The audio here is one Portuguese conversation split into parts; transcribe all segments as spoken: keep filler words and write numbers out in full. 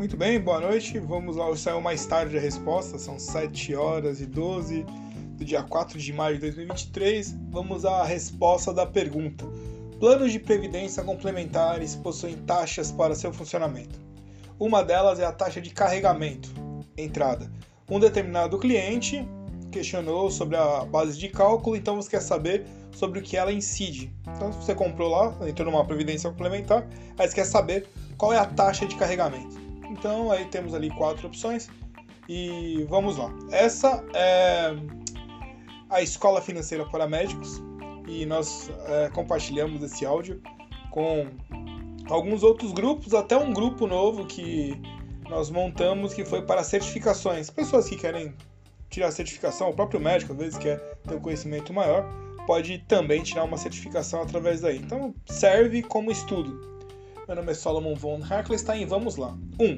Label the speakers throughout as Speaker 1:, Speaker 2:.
Speaker 1: Muito bem, boa noite. Vamos lá, saiu mais tarde a resposta, são sete horas e doze do dia quatro de maio de dois mil e vinte e três. Vamos à resposta da pergunta. Planos de previdência complementares possuem taxas para seu funcionamento. Uma delas é a taxa de carregamento, entrada. Um determinado cliente questionou sobre a base de cálculo, então você quer saber sobre o que ela incide. Então, se você comprou lá, entrou numa previdência complementar, aí você quer saber qual é a taxa de carregamento. Então, aí temos ali quatro opções e vamos lá. Essa é a Escola Financeira para Médicos e nós é, compartilhamos esse áudio com alguns outros grupos, até um grupo novo que nós montamos que foi para certificações. Pessoas que querem tirar certificação, o próprio médico às vezes quer ter um conhecimento maior, pode também tirar uma certificação através daí. Então serve como estudo. Meu nome é Solomon von Heckelstein e vamos lá. um.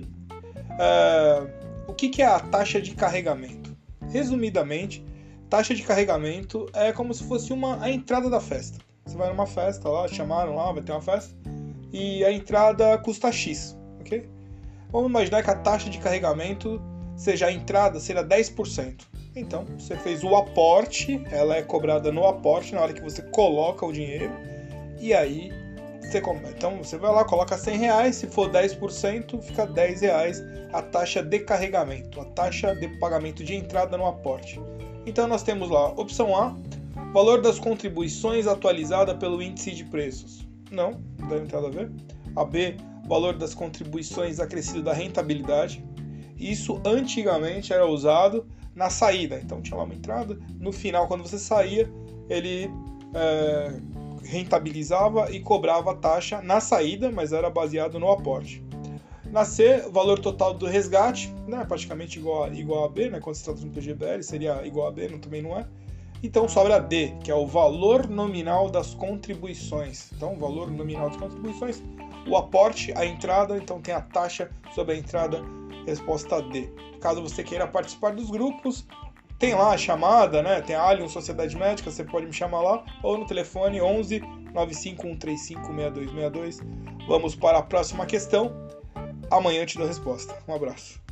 Speaker 1: Uh, o que, que é a taxa de carregamento? Resumidamente, taxa de carregamento é como se fosse uma, a entrada da festa. Você vai numa festa lá, chamaram lá, vai ter uma festa, e a entrada custa X, ok? Vamos imaginar que a taxa de carregamento seja a entrada, será dez por cento. Então, você fez o aporte, ela é cobrada no aporte, na hora que você coloca o dinheiro, e aí, você, então você vai lá, coloca cem reais, se for dez por cento, fica dez reais a taxa de carregamento, a taxa de pagamento de entrada no aporte. Então, nós temos lá, opção A, valor das contribuições atualizada pelo índice de preços. Não, não tem nada a ver. A B, valor das contribuições acrescido da rentabilidade. Isso antigamente era usado na saída, então tinha lá uma entrada, no final quando você saía ele é, rentabilizava e cobrava a taxa na saída, mas era baseado no aporte. Na C, o valor total do resgate, né, praticamente igual a, igual a B, né, quando se trata no P G B L seria igual a B, não, também não é. Então sobra D, que é o valor nominal das contribuições. Então o valor nominal das contribuições, o aporte, a entrada, então tem a taxa sobre a entrada. Resposta D. Caso você queira participar dos grupos, tem lá a chamada, né? Tem a Allianz Sociedade Médica, você pode me chamar lá, ou no telefone onze nove cinco um três cinco seis dois seis dois. Vamos para a próxima questão. Amanhã eu te dou a resposta. Um abraço.